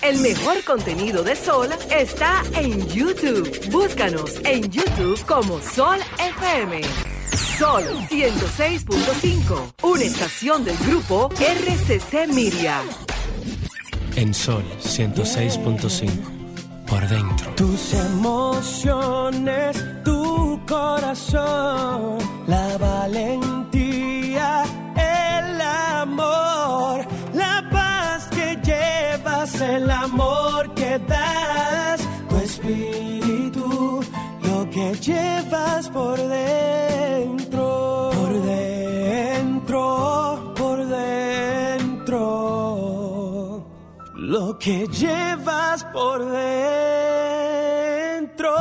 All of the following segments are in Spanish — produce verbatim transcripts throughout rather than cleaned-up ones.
El mejor contenido de Sol está en YouTube. Búscanos en YouTube como Sol F M. Sol ciento seis punto cinco, una estación del grupo R C C Miria. En Sol ciento seis punto cinco, por dentro. Tus emociones, tu corazón, la valentía, el amor, la paz que llevas, el amor que das, tu espíritu, lo que llevas por dentro, por dentro, por dentro, lo que llevas por dentro.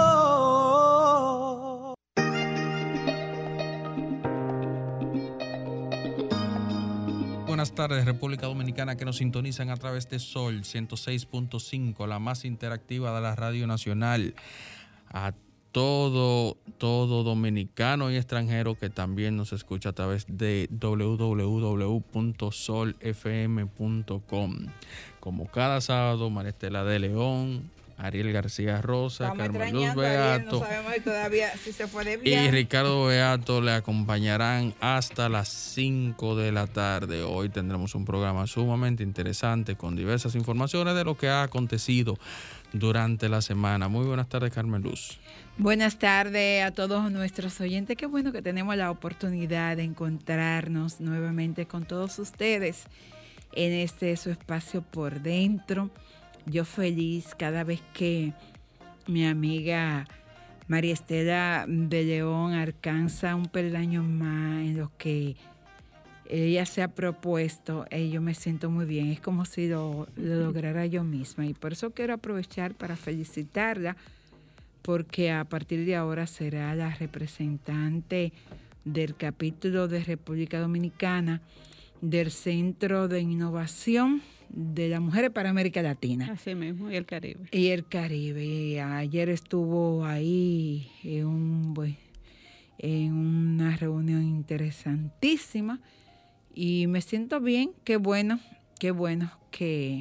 Buenas tardes, República Dominicana, que nos sintonizan a través de Sol ciento seis punto cinco, la más interactiva de la Radio Nacional. A todo, todo dominicano y extranjero que también nos escucha a través de doble u doble u doble u punto sol f m punto com. Como cada sábado, Maristela de León, Ariel García Rosa, Carmen Luz Beato, no sabemos todavía si se fue de viaje, y Ricardo Beato le acompañarán hasta las cinco de la tarde. Hoy tendremos un programa sumamente interesante con diversas informaciones de lo que ha acontecido durante la semana. Muy buenas tardes, Carmen Luz. Buenas tardes a todos nuestros oyentes. Qué bueno que tenemos la oportunidad de encontrarnos nuevamente con todos ustedes en este su espacio por dentro. Yo feliz cada vez que mi amiga María Estela de León alcanza un peldaño más en lo que ella se ha propuesto, eh, yo me siento muy bien. Es como si lo, lo lograra yo misma. Y por eso quiero aprovechar para felicitarla, porque a partir de ahora será la representante del capítulo de República Dominicana del Centro de Innovación de las Mujeres para América Latina. Así mismo, y el Caribe. Y el Caribe. Y ayer estuvo ahí en, un, en una reunión interesantísima y me siento bien. Qué bueno, qué bueno que,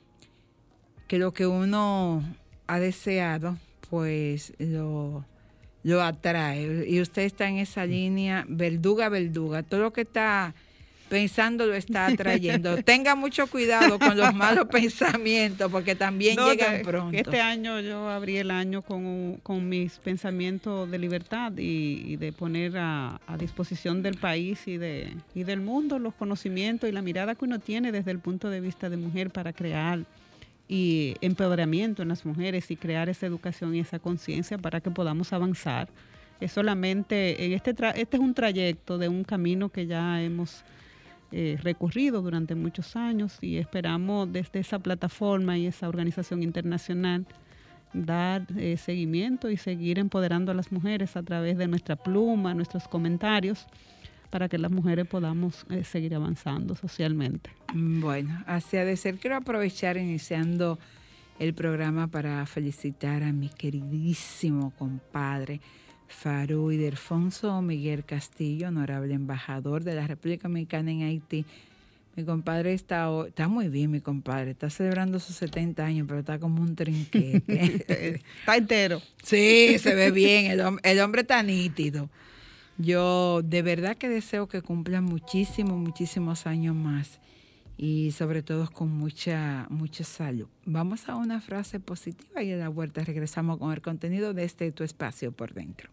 que lo que uno ha deseado, pues lo, lo atrae. Y usted está en esa línea, verduga, verduga. Todo lo que está pensando lo está atrayendo. Tenga mucho cuidado con los malos pensamientos, porque también no, llegan que, pronto. Que este año yo abrí el año con, con mis pensamientos de libertad y, y de poner a, a disposición del país y, de, y del mundo los conocimientos y la mirada que uno tiene desde el punto de vista de mujer para crear y empoderamiento en las mujeres y crear esa educación y esa conciencia para que podamos avanzar. Es solamente, en este, tra- este es un trayecto de un camino que ya hemos Eh, recorrido durante muchos años y esperamos desde esa plataforma y esa organización internacional dar eh, seguimiento y seguir empoderando a las mujeres a través de nuestra pluma, nuestros comentarios, para que las mujeres podamos eh, seguir avanzando socialmente. Bueno, así ha de ser. Quiero aprovechar iniciando el programa para felicitar a mi queridísimo compadre Farú Ildefonso Miguel Castillo, honorable embajador de la República Dominicana en Haití. Mi compadre está, está muy bien, mi compadre. Está celebrando sus setenta años, pero está como un trinquete. Está entero. Sí, se ve bien. El, el hombre está nítido. Yo de verdad que deseo que cumplan muchísimos, muchísimos años más. Y sobre todo con mucha, mucha salud. Vamos a una frase positiva y a la vuelta regresamos con el contenido de este Tu Espacio por Dentro.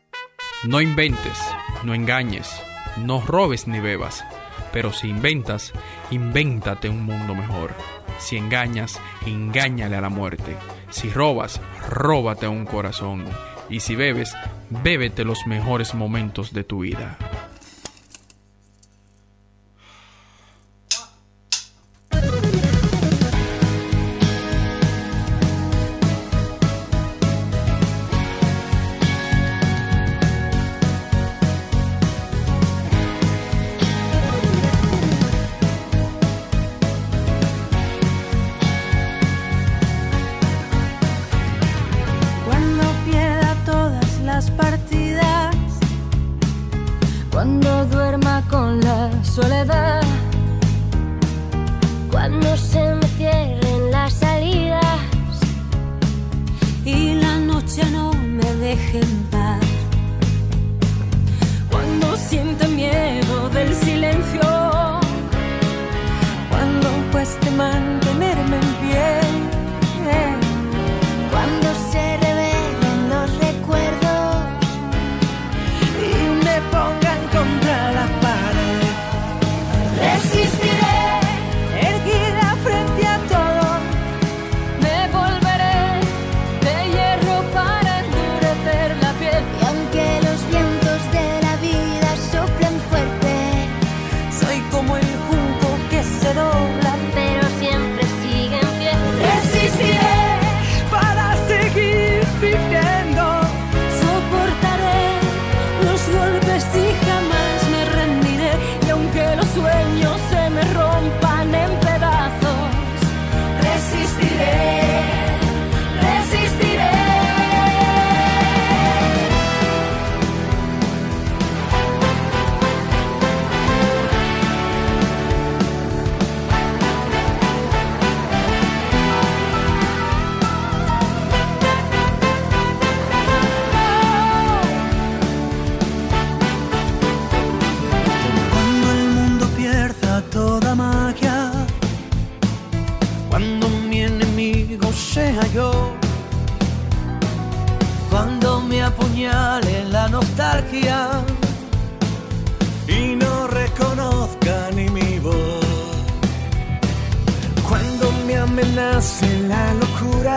No inventes, no engañes, no robes ni bebas, pero si inventas, invéntate un mundo mejor. Si engañas, engáñale a la muerte. Si robas, róbate un corazón. Y si bebes, bébete los mejores momentos de tu vida. Cuando pierda todas las partidas, ya no me deje en paz. Cuando sienta miedo del silencio, cuando cueste mantenerme en pie, cuando se revelen los recuerdos y me pongan contra la pared, resistiré, erguida frente a todo. me volveré de hierro para endurecer la piel. Y aunque los vientos de la vida soplen fuerte, Soy como el junco que se dobla, pero siempre sigue en pie. resistiré, Para seguir viviendo, soportaré los golpes y jamás me rendiré. Y aunque los sueños se me rompan en pedazos, resistiré, resistiré. Cuando el mundo pierda toda magia, cuando mi enemigo sea yo, cuando me apuñale la nostalgia y no reconozca ni mi voz, cuando me amenace la locura,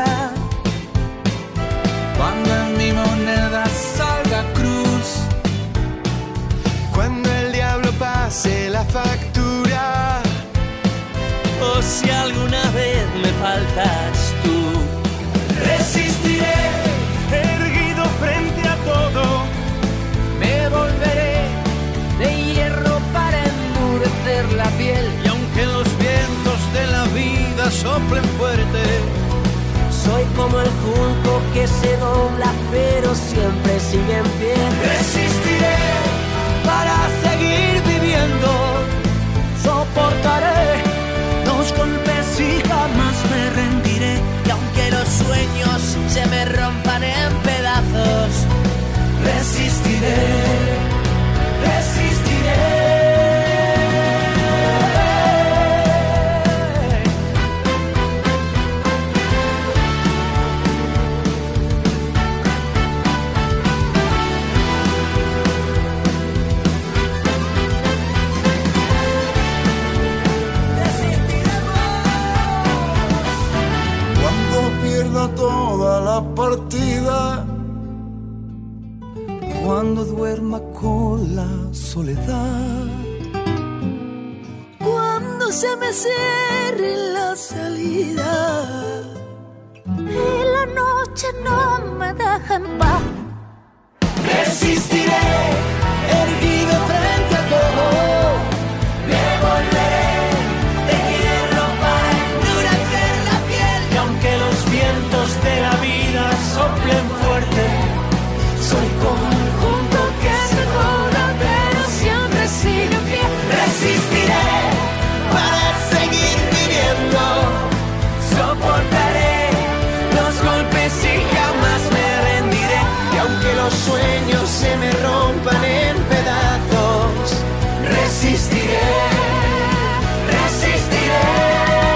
cuando en mi moneda salga cruz, cuando el diablo pase la factura, o si alguna vez me faltas tú, resistiré, erguido frente a todo, me volveré de hierro para endurecer la piel. y aunque los vientos de la vida soplen fuerte, Soy como el junco que se dobla, pero siempre sigue en pie. resistiré para seguir viviendo, Soportaré los golpes y jamás me rendiré. y aunque los sueños se me rompan en pedazos, resistiré, resistiré. Cuando pierda toda la partida, cuando duerma con la soledad, Cuando se me cierre la salida y la noche no me deja en paz, resistiré, erguido frente a todo, me volveré de hierro para endurecer la piel, y aunque los vientos de la vida soplen fuerte, soy como un junco que se dobla, pero siempre sigue en pie. Resistiré para seguir viviendo, soportaré los golpes y jamás me rendiré, y aunque los sueños se me rompan en pedazos, resistiré, resistiré.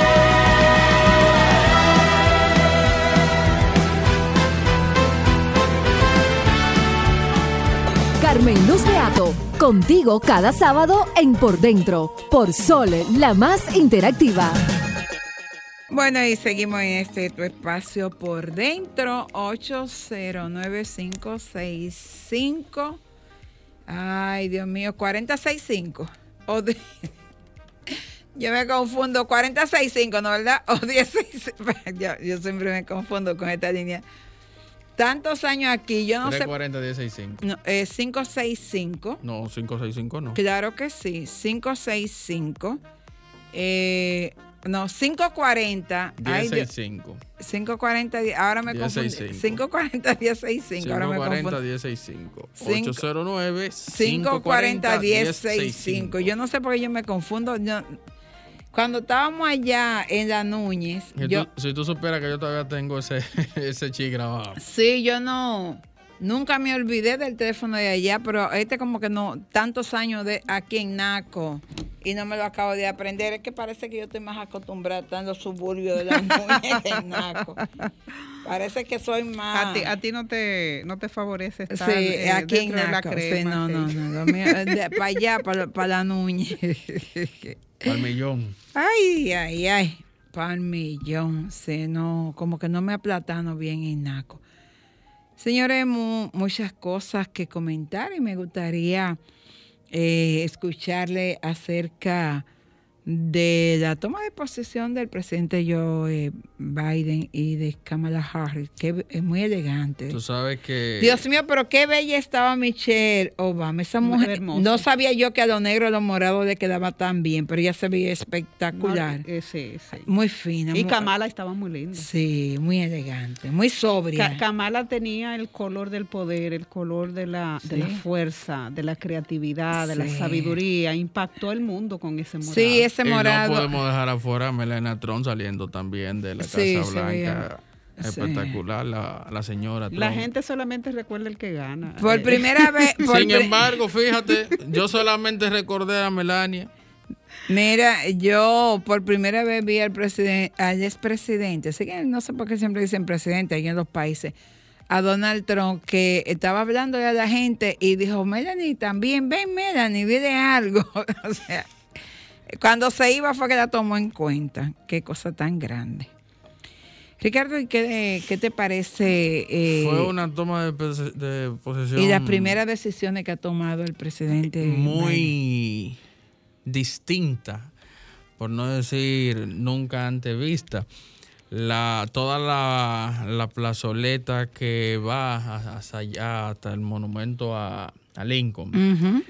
Carmen Luz Beato, contigo cada sábado en Por Dentro, por Sol, la más interactiva. Bueno, y seguimos en este tu espacio Por Dentro, ocho cero nueve cinco seis cinco. Ay, Dios mío, cuarenta sesenta y cinco. O de... Yo me confundo, cuarenta sesenta y cinco, ¿no, verdad? O dieciséis. Yo, yo siempre me confundo con esta línea. Tantos años aquí, yo no tres sé. cuarenta, diez sesenta y cinco. No, eh, cinco seis cinco. No, cinco sesenta y cinco no. Claro que sí, cinco seis cinco. Eh, no, cinco cuarenta. diez sesenta y cinco. cinco cuarenta, ahora me confundí. cinco cuarenta, diez sesenta y cinco. Ahora me cinco cuarenta, confundo. diez sesenta y cinco. Cinco- ocho cero nueve, cinco cuarenta, diez sesenta y diez sesenta y cinco. cinco. Yo no sé por qué yo me confundo. Yo, Cuando estábamos allá en la Núñez, Si, yo, tú, si tú supieras que yo todavía tengo ese, ese chi grabado. sí, yo no, nunca me olvidé del teléfono de allá, pero este como que no, tantos años de aquí en Naco, y no me lo acabo de aprender. Es que parece que yo estoy más acostumbrada a estar en los suburbios de la Núñez que en Naco. Parece que soy más... A ti, a ti no te no te favorece estar Sí, eh, aquí en dentro de la Naco. crema. Sí, no, no, sí. no, lo mío es de- para allá, para, para la Núñez. Al millón. Ay, ay, ay, palmillón, sí, no, como que no me aplatano bien en Naco. Señores, mu- muchas cosas que comentar y me gustaría eh, escucharle acerca de la toma de posesión del presidente Joe Biden y de Kamala Harris, que es muy elegante. Tú sabes que... Dios mío, pero qué bella estaba Michelle Obama. Esa Muy mujer, hermosa. no sabía yo que a los negros y a los morados le quedaba tan bien, pero ella se veía espectacular. No, eh, sí, sí. Muy fina. Y muy- Kamala estaba muy linda. Sí, muy elegante, muy sobria. Ka- Kamala tenía el color del poder, el color de la, de Sí. la fuerza, de la creatividad, de la Sí. sabiduría. Impactó el mundo con ese morado. Sí, ese Y morado. no podemos dejar afuera a Melania Trump saliendo también de la Casa Sí, se Blanca. veía. Sí. Espectacular, la, la señora Trump. La gente solamente recuerda el que gana. Por Eh, primera vez. por Sin pri- embargo, fíjate, yo solamente recordé a Melania. Mira, yo por primera vez vi al presidente, al expresidente, así que no sé por qué siempre dicen presidente ahí en los países, a Donald Trump, que estaba hablando a la gente y dijo, Melanie, también, ven Melanie, dile algo. O sea, cuando se iba fue que la tomó en cuenta. Qué cosa tan grande. Ricardo, ¿y qué, qué te parece? eh, Fue una toma de, pose- de posesión y las primeras decisiones que ha tomado el presidente Biden? muy distinta, por no decir nunca antes vista. La, toda la, la plazoleta que va a- hasta allá, hasta el monumento a, a Lincoln, Ujú.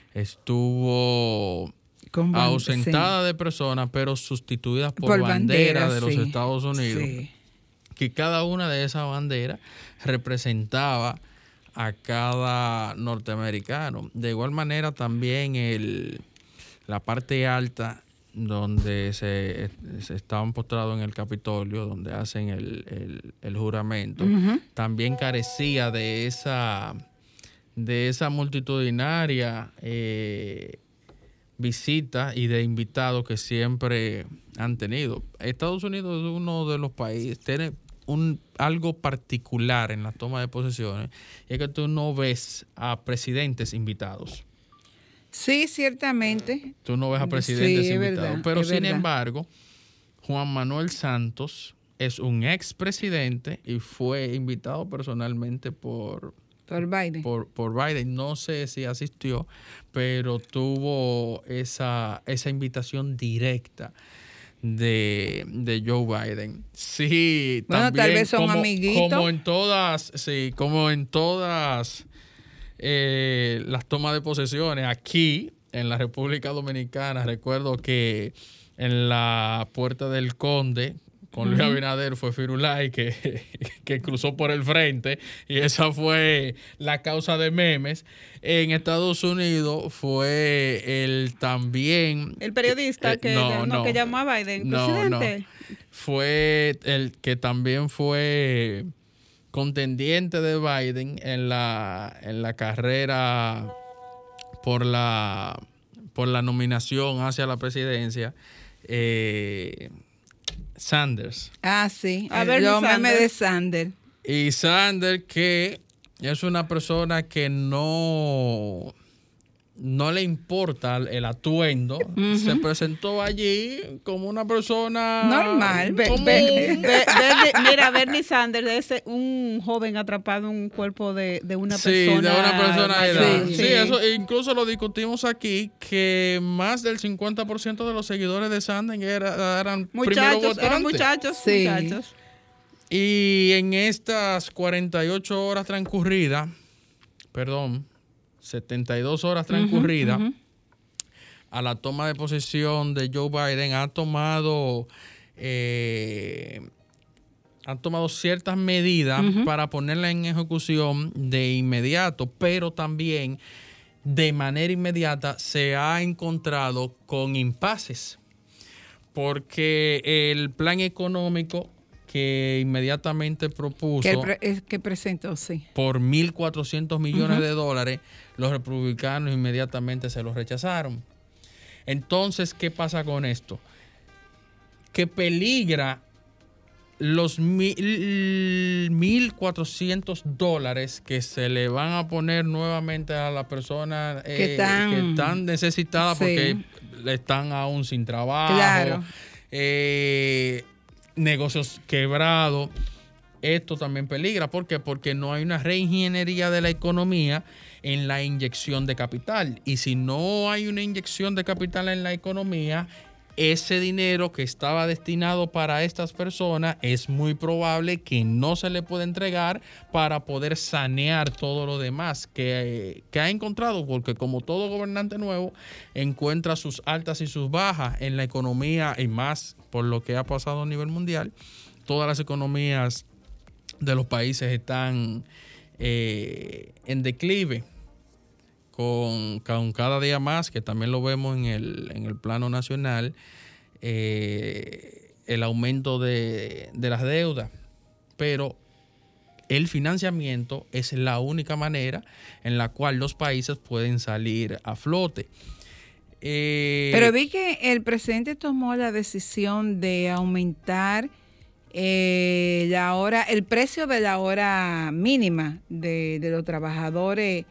estuvo Con ban- ausentada de personas, pero sustituidas por, Por bandera bandera, de los sí. Estados Unidos, Sí. que cada una de esas banderas representaba a cada norteamericano. De igual manera también el, la parte alta donde se, se estaban postrados en el Capitolio, donde hacen el, el- el juramento, Ujú. también carecía de esa, de esa multitudinaria eh, visita y de invitados que siempre han tenido. Estados Unidos es uno de los países, tiene un, algo particular en la toma de posesiones, y es que tú no ves a presidentes invitados. Sí, ciertamente. Tú no ves a Sí, presidentes es invitados. verdad, Pero es sin verdad. embargo, Juan Manuel Santos es un expresidente y fue invitado personalmente por, Por Biden. por, por Biden. No sé si asistió, pero tuvo esa, esa invitación directa de, de Joe Biden. Sí, Bueno, también tal vez son como, amiguitos. como en todas, sí, como en todas eh, las tomas de posesiones aquí en la República Dominicana. Recuerdo que en la Puerta del Conde con Luis Ujú. Abinader fue Firulay que, que cruzó por el frente, y esa fue la causa de memes. En Estados Unidos fue el también... El periodista eh, que, no, no, no. que llamó a Biden, No, presidente. no. Fue el que también fue contendiente de Biden en la, en la carrera por la, por la nominación hacia la presidencia, eh, Sanders. Ah, sí. A el- Bernie los memes Sanders. de Sanders. Y Sanders, que es una persona que no, no le importa el atuendo, se presentó allí como una persona Normal. Be- común. Be- Be- Bernie- mira, Bernie Sanders es un joven atrapado en un cuerpo de, de una Sí, persona. de una persona de mayor. edad. Sí, Sí, eso incluso lo discutimos aquí, que más del cincuenta por ciento de los seguidores de Sanders era- eran primeros Muchachos, eran votantes. muchachos, Sí. muchachos. Y en estas cuarenta y ocho horas transcurridas, perdón, setenta y dos horas transcurridas, Ujú, ujú. a la toma de posesión de Joe Biden, ha tomado, eh, ha tomado ciertas medidas Ujú. para ponerla en ejecución de inmediato, pero también de manera inmediata se ha encontrado con impases. Porque el plan económico que inmediatamente propuso que, pre es que presentó, sí. por mil cuatrocientos millones uh-huh. de dólares, los republicanos inmediatamente se los rechazaron. Entonces, ¿qué pasa con esto? Que peligra los mil cuatrocientos dólares que se le van a poner nuevamente a las personas eh, que, están, que están necesitadas sí. porque están aún sin trabajo. Claro. Eh, negocios quebrados. Esto también peligra. ¿Por qué? Porque no hay una reingeniería de la economía en la inyección de capital. Y si no hay una inyección de capital en la economía, ese dinero que estaba destinado para estas personas es muy probable que no se le pueda entregar para poder sanear todo lo demás que, que ha encontrado, porque como todo gobernante nuevo encuentra sus altas y sus bajas en la economía, y más por lo que ha pasado a nivel mundial. Todas las economías de los países están eh, en declive. Con, con cada día más, que también lo vemos en el, en el plano nacional, eh, el aumento de, de las deudas. Pero el financiamiento es la única manera en la cual los países pueden salir a flote. Eh, Pero vi que el presidente tomó la decisión de aumentar eh, la hora, el precio de la hora mínima de, de los trabajadores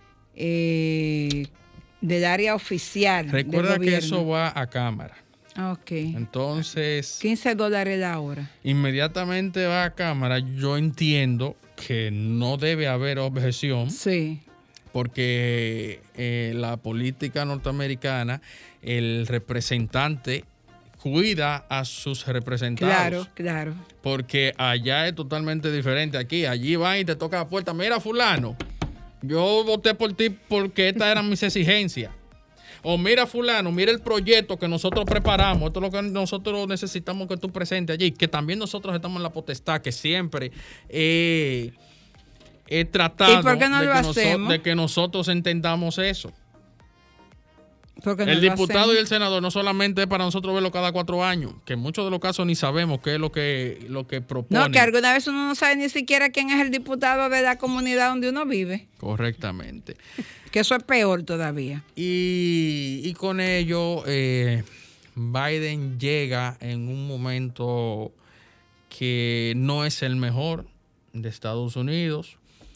Eh, del área oficial. Recuerda del que eso va a Cámara. Ok. Entonces, quince dólares la hora. Inmediatamente va a Cámara. Yo entiendo que no debe haber objeción. Sí. Porque eh, la política norteamericana, el representante cuida a sus representados. Claro, claro. Porque allá es totalmente diferente. Aquí, allí van y te toca la puerta. Mira, fulano, yo voté por ti porque estas eran mis exigencias. O mira, fulano, mira el proyecto que nosotros preparamos. Esto es lo que nosotros necesitamos que tú presentes allí. Que también nosotros estamos en la potestad, que siempre he eh, tratado ¿Y por qué no de, lo que hacemos? de que nosotros entendamos eso. Porque no el diputado hacemos. y el senador no solamente es para nosotros verlo cada cuatro años, que en muchos de los casos ni sabemos qué es lo que, lo que proponen. No, que alguna vez uno no sabe ni siquiera quién es el diputado de la comunidad donde uno vive. Correctamente. Que eso es peor todavía. Y, y con ello, eh, Biden llega en un momento que no es el mejor de Estados Unidos.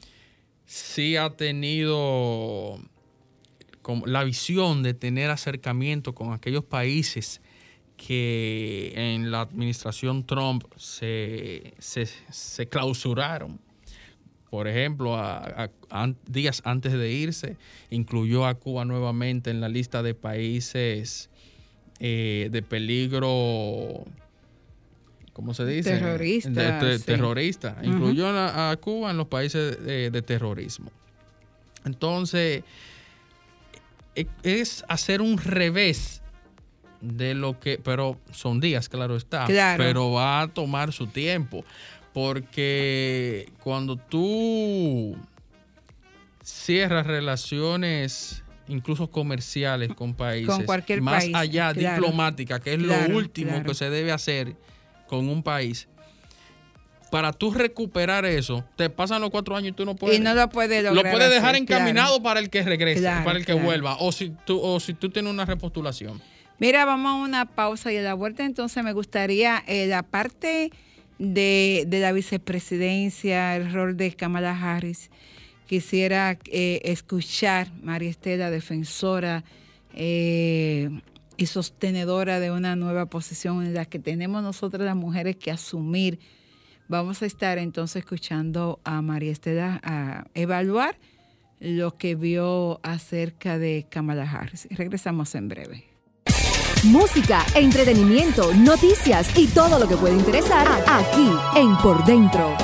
Sí ha tenido la visión de tener acercamiento con aquellos países que en la administración Trump se, se, se clausuraron. Por ejemplo, a, a, a, días antes de irse, incluyó a Cuba nuevamente en la lista de países eh, de peligro, ¿cómo se dice? Terrorista. De, de, sí. Terrorista. Uh-huh. Incluyó a, a Cuba en los países de, de terrorismo. Entonces, es hacer un revés de lo que, pero son días, claro está, claro. Pero va a tomar su tiempo, porque cuando tú cierras relaciones, incluso comerciales con países, con cualquier más país, allá claro. diplomática, que es claro, lo último claro. que se debe hacer con un país. Para tú recuperar eso, te pasan los cuatro años y tú no puedes. Y no lo puedes lograr. Lo puedes dejar hacer, encaminado claro. para el que regrese, claro, para el que claro. vuelva, o si tú, o si tú tienes una repostulación. Mira, vamos a una pausa y a la vuelta entonces me gustaría eh, la parte de, de la vicepresidencia, el rol de Kamala Harris. Quisiera eh, escuchar María Estela, defensora eh, y sostenedora de una nueva posición en la que tenemos nosotras las mujeres que asumir. Vamos a estar entonces escuchando a María Estela a evaluar lo que vio acerca de Kamala Harris. Regresamos en breve. Música, entretenimiento, noticias y todo lo que puede interesar aquí en Por Dentro.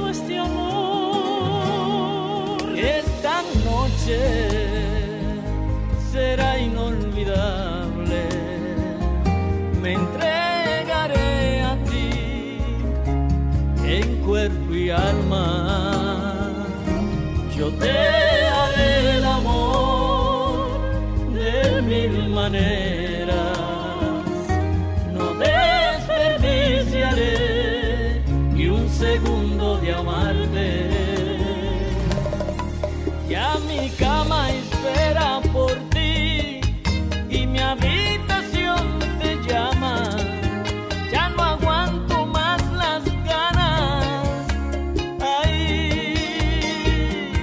beso, este amor. Esta noche será inolvidable. Me entregaré a ti en cuerpo y alma. Yo te haré el amor de mil maneras. No desperdiciaré ni un segundo de amarte. Ya mi cama espera por ti y mi habitación te llama. Ya no aguanto más las ganas. Ay,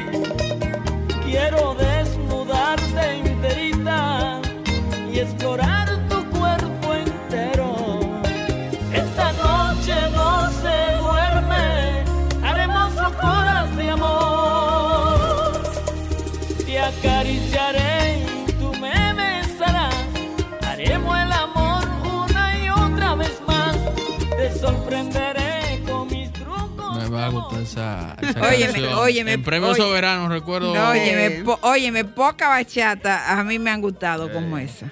quiero desnudarte enterita y explorar tu cuerpo entero. Esta noche no se duerme, haremos locuras de amor. Te acariciaré, tú me besarás, haremos el amor una y otra vez más. Te sorprenderé con mis trucos. Me va a gustar esa, esa Óyeme, canción. óyeme, En Premio oye. Soberano, recuerdo. No, óyeme, po- óyeme, poca bachata a mí me han gustado como esa.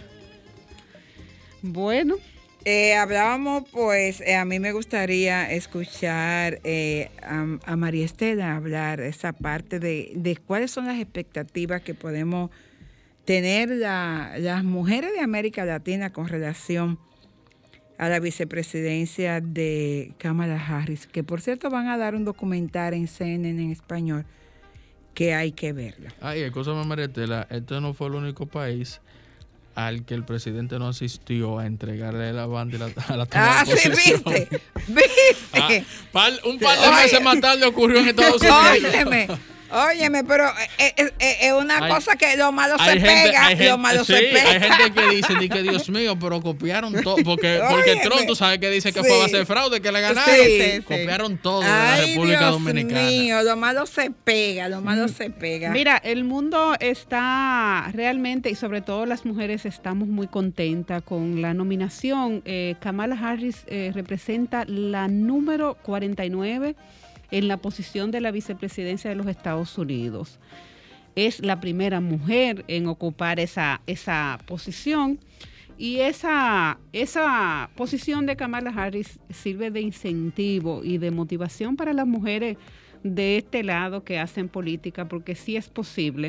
Bueno. Eh, hablábamos, pues, eh, a mí me gustaría escuchar eh, a, a María Estela hablar esa parte de, de cuáles son las expectativas que podemos tener la- las mujeres de América Latina con relación a la vicepresidencia de Kamala Harris, que por cierto van a dar un documental en C N N en español que hay que verlo. Ay, escúchame, María Estela, este no fue el único país al que el presidente no asistió a entregarle la banda y la, a la toma Ah, de sí, posesión. viste, viste. Ah, par- un par de Oye. meses más tarde ocurrió en Estados Unidos. Óyeme, óyeme, pero es, es- es- es una Hay- cosa que lo malo se Hay gente, pega, hay lo gente- malo sí, se pega. hay gente que dice di que Dios mío, pero copiaron todo. Porque, porque Óyeme. Trump, tú sabes que dice que Sí. fue a hacer fraude, que le ganaron. Sí, sí, sí. Copiaron todo de la Ay, República Dios Dominicana. mío, lo malo se pega, lo malo se pega. Mira, el mundo está realmente, y sobre todo las mujeres, estamos muy contentas con la nominación. Eh, Kamala Harris eh, representa la número cuarenta y nueve en la posición de la vicepresidencia de los Estados Unidos. Es la primera mujer en ocupar esa, esa posición. Y esa, esa posición de Kamala Harris sirve de incentivo y de motivación para las mujeres de este lado que hacen política, porque sí es posible.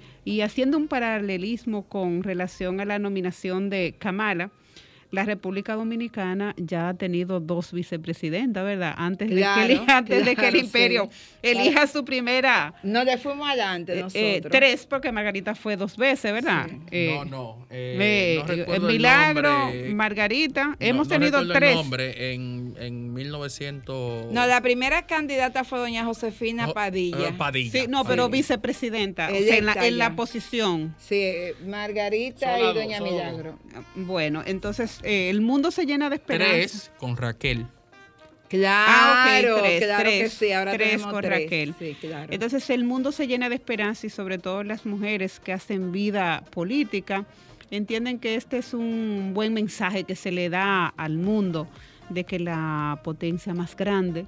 Y haciendo un paralelismo con relación a la nominación de Kamala, la República Dominicana ya ha tenido dos vicepresidentas, ¿verdad? Antes, Claro, de, que, el- antes de que el claro, imperio sí. elija su primera... No le fuimos adelante eh, nosotros. eh, tres, porque Margarita fue dos veces, ¿verdad? Eh, No, no. eh, eh, no recuerdo eh, el Milagro, nombre. Margarita, No, hemos no tenido recuerdo tres. el nombre en, en mil novecientos. No, la primera candidata fue doña Josefina Oh, Padilla. eh, Padilla. Sí, no, pero Sí. vicepresidenta, o sea, en, la, Electa en la ya. posición. Sí, eh, Margarita Solo y doña dos, solo dos. Milagro. Bueno, entonces eh, el mundo se llena de esperanza. Tres con Raquel. Claro, Ah, ok, tres, claro tres, que sí, ahora tres tenemos con tres. Raquel. Sí, claro. Entonces el mundo se llena de esperanza y sobre todo las mujeres que hacen vida política entienden que este es un buen mensaje que se le da al mundo de que la potencia más grande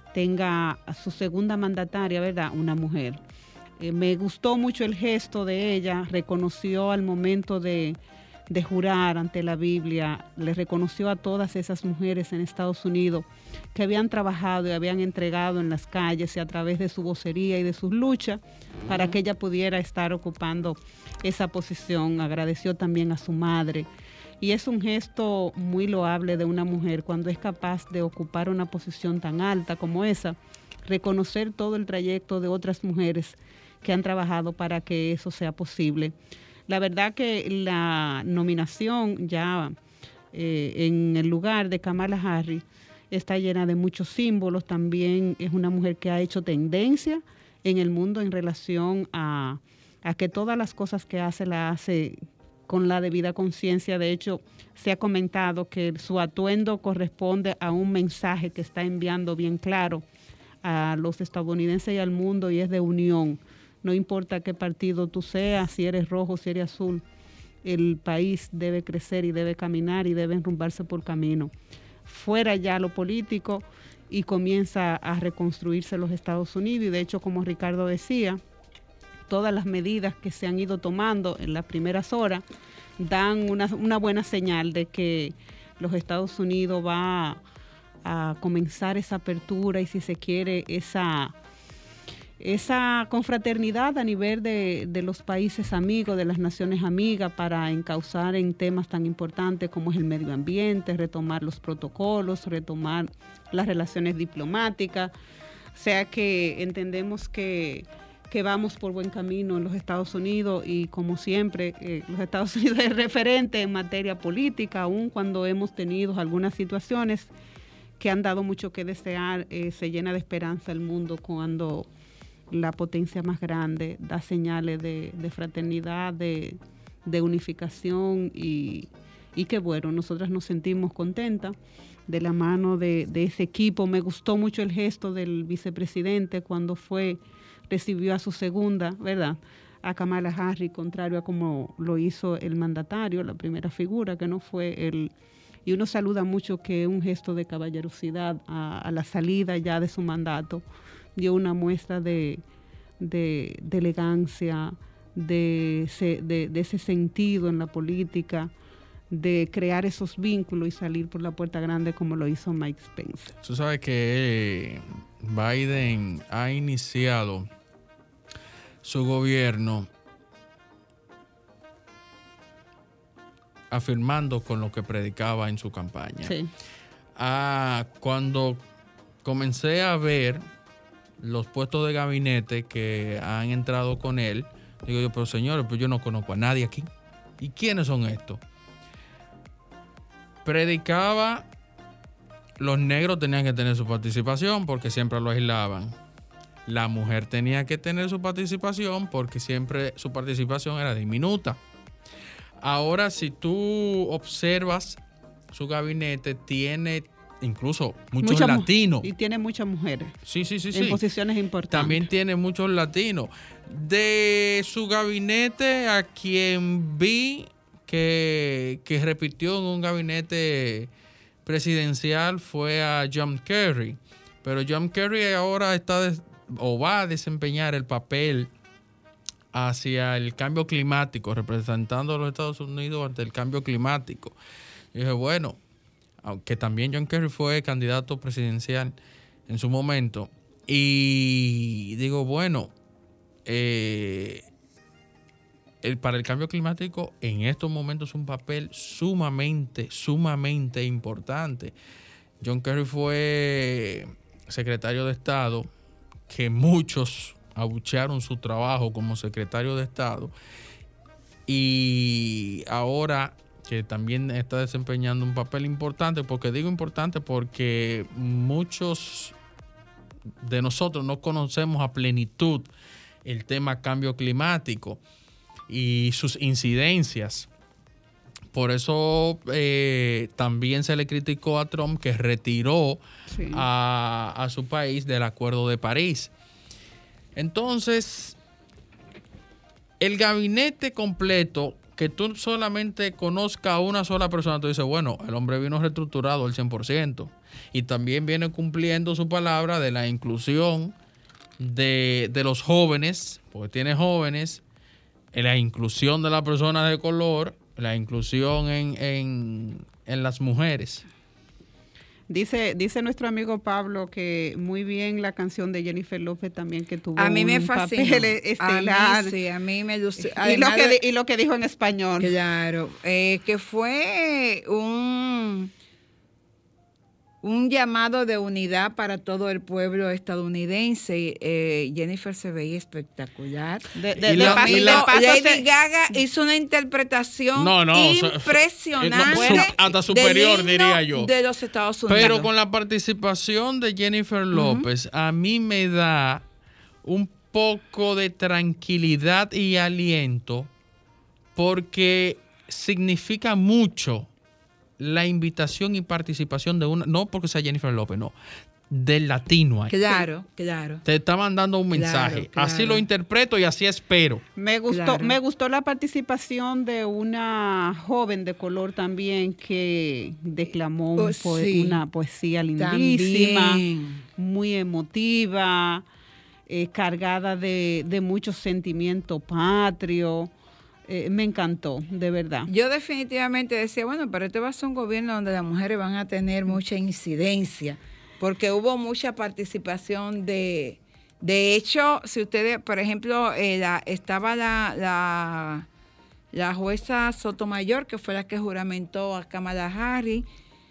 tenga a su segunda mandataria, ¿verdad? Una mujer. Eh, me gustó mucho el gesto de ella, reconoció al momento de, de jurar ante la Biblia, le reconoció a todas esas mujeres en Estados Unidos que habían trabajado y habían entregado en las calles y a través de su vocería y de sus luchas para que ella pudiera estar ocupando esa posición. Agradeció también a su madre. Y es un gesto muy loable de una mujer cuando es capaz de ocupar una posición tan alta como esa, reconocer todo el trayecto de otras mujeres que han trabajado para que eso sea posible. La verdad que la nominación ya eh, en el lugar de Kamala Harris está llena de muchos símbolos. También es una mujer que ha hecho tendencia en el mundo en relación a, a que todas las cosas que hace la hace con la debida conciencia. De hecho, se ha comentado que su atuendo corresponde a un mensaje que está enviando bien claro a los estadounidenses y al mundo, y es de unión. No importa qué partido tú seas, si eres rojo, si eres azul, el país debe crecer y debe caminar y debe enrumbarse por camino fuera ya lo político y comienza a reconstruirse los Estados Unidos. Y de hecho, como Ricardo decía, todas las medidas que se han ido tomando en las primeras horas dan una, una buena señal de que los Estados Unidos va a comenzar esa apertura y, si se quiere, esa, esa confraternidad a nivel de, de los países amigos, de las naciones amigas, para encauzar en temas tan importantes como es el medio ambiente, retomar los protocolos, retomar las relaciones diplomáticas. O sea que entendemos que, que vamos por buen camino en los Estados Unidos y, como siempre, eh, los Estados Unidos es referente en materia política, aun cuando hemos tenido algunas situaciones que han dado mucho que desear. Eh, se llena de esperanza el mundo cuando la potencia más grande da señales de, de fraternidad, de, de unificación y, y que bueno, nosotras nos sentimos contentas de la mano de, de ese equipo. Me gustó mucho el gesto del vicepresidente cuando fue, recibió a su segunda, ¿verdad?, a Kamala Harris, contrario a como lo hizo el mandatario, la primera figura, que no fue el... Y uno saluda mucho que un gesto de caballerosidad a, a la salida ya de su mandato dio una muestra de, de, de elegancia, de, de, de ese sentido en la política, de crear esos vínculos y salir por la puerta grande como lo hizo Mike Pence. Tú sabes que Biden ha iniciado su gobierno afirmando con lo que predicaba en su campaña. Sí. Ah, cuando comencé a ver los puestos de gabinete que han entrado con él, digo yo, pero señores, pues yo no conozco a nadie aquí. ¿Y quiénes son estos? Predicaba, los negros tenían que tener su participación porque siempre lo aislaban. La mujer tenía que tener su participación porque siempre su participación era diminuta. Ahora, si tú observas su gabinete, tiene incluso muchos Mucha latinos. Y tiene muchas mujeres. Sí, sí, sí, en sí. posiciones importantes. También tiene muchos latinos. De su gabinete, a quien vi que, que repitió en un gabinete presidencial fue a John Kerry. Pero John Kerry ahora está des, o va a desempeñar el papel hacia el cambio climático, representando a los Estados Unidos ante el cambio climático. Y dije, bueno, aunque también John Kerry fue candidato presidencial en su momento, y digo, bueno, eh, el, para el cambio climático en estos momentos es un papel sumamente, sumamente importante. John Kerry fue secretario de Estado, que muchos abuchearon su trabajo como secretario de Estado, y ahora que también está desempeñando un papel importante. Porque digo importante porque muchos de nosotros no conocemos a plenitud el tema cambio climático y sus incidencias. Por eso eh, también se le criticó a Trump que retiró sí. a, a su país del Acuerdo de París. Entonces, el gabinete completo, que tú solamente conozcas a una sola persona, tú dices, bueno, el hombre vino reestructurado al cien por ciento. Y también viene cumpliendo su palabra de la inclusión de, de los jóvenes, porque tiene jóvenes, la inclusión de las personas de color, la inclusión en, en, en las mujeres. Dice, dice nuestro amigo Pablo que muy bien la canción de Jennifer López también, que tuvo a mí me un fascinó. papel estelar. A mí sí, a mí me gustó. Y lo, que, y lo que dijo en español. Claro, eh, que fue un, un llamado de unidad para todo el pueblo estadounidense. Eh, Jennifer se veía espectacular. De, de, y de la, paso, y la, paso Lady se... Gaga hizo una interpretación no, no, impresionante. O sea, no, hasta superior, diría yo. De los Estados Unidos. Pero con la participación de Jennifer López, uh-huh. a mí me da un poco de tranquilidad y aliento, porque significa mucho la invitación y participación de una, no porque sea Jennifer López, no, del latino. Ahí. Claro, claro. Te está mandando un mensaje. Claro, claro. Así lo interpreto y así espero. Me gustó, Claro. me gustó la participación de una joven de color también que declamó un Oh, poe- sí. una poesía lindísima, También. muy emotiva, eh, cargada de, de mucho sentimiento patrio. Eh, me encantó, de verdad. Yo definitivamente decía, bueno, pero este va a ser un gobierno donde las mujeres van a tener mucha incidencia, porque hubo mucha participación de... De hecho, si ustedes, por ejemplo, eh, la- estaba la, la, la jueza Sotomayor, que fue la que juramentó a Kamala Harris,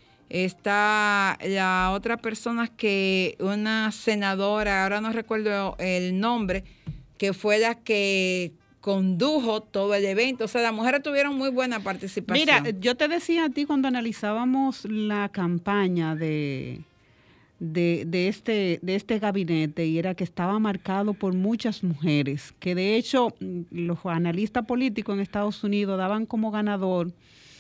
está la otra persona que, una senadora, ahora no recuerdo el nombre, que fue la que condujo todo el evento. O sea, las mujeres tuvieron muy buena participación. Mira, yo te decía a ti cuando analizábamos la campaña de, de, de, este, de este gabinete, y era que estaba marcado por muchas mujeres, que de hecho los analistas políticos en Estados Unidos daban como ganador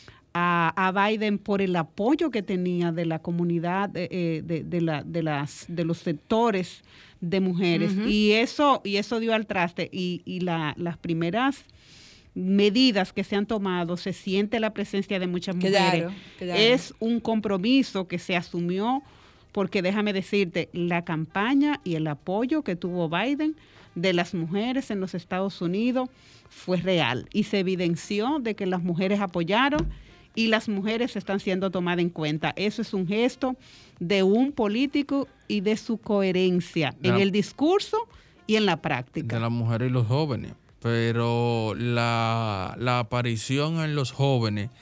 a, a Biden por el apoyo que tenía de la comunidad, eh, de, de, la, de, las, de los sectores de mujeres. Ujú. Y eso y eso dio al traste. Y, y la, las primeras medidas que se han tomado, se siente la presencia de muchas mujeres. Claro, claro. Es un compromiso que se asumió, porque déjame decirte, la campaña y el apoyo que tuvo Biden de las mujeres en los Estados Unidos fue real y se evidenció de que las mujeres apoyaron y las mujeres están siendo tomadas en cuenta. Eso es un gesto de un político y de su coherencia De en la- el discurso y en la práctica. De las mujeres y los jóvenes. Pero la, la aparición en los jóvenes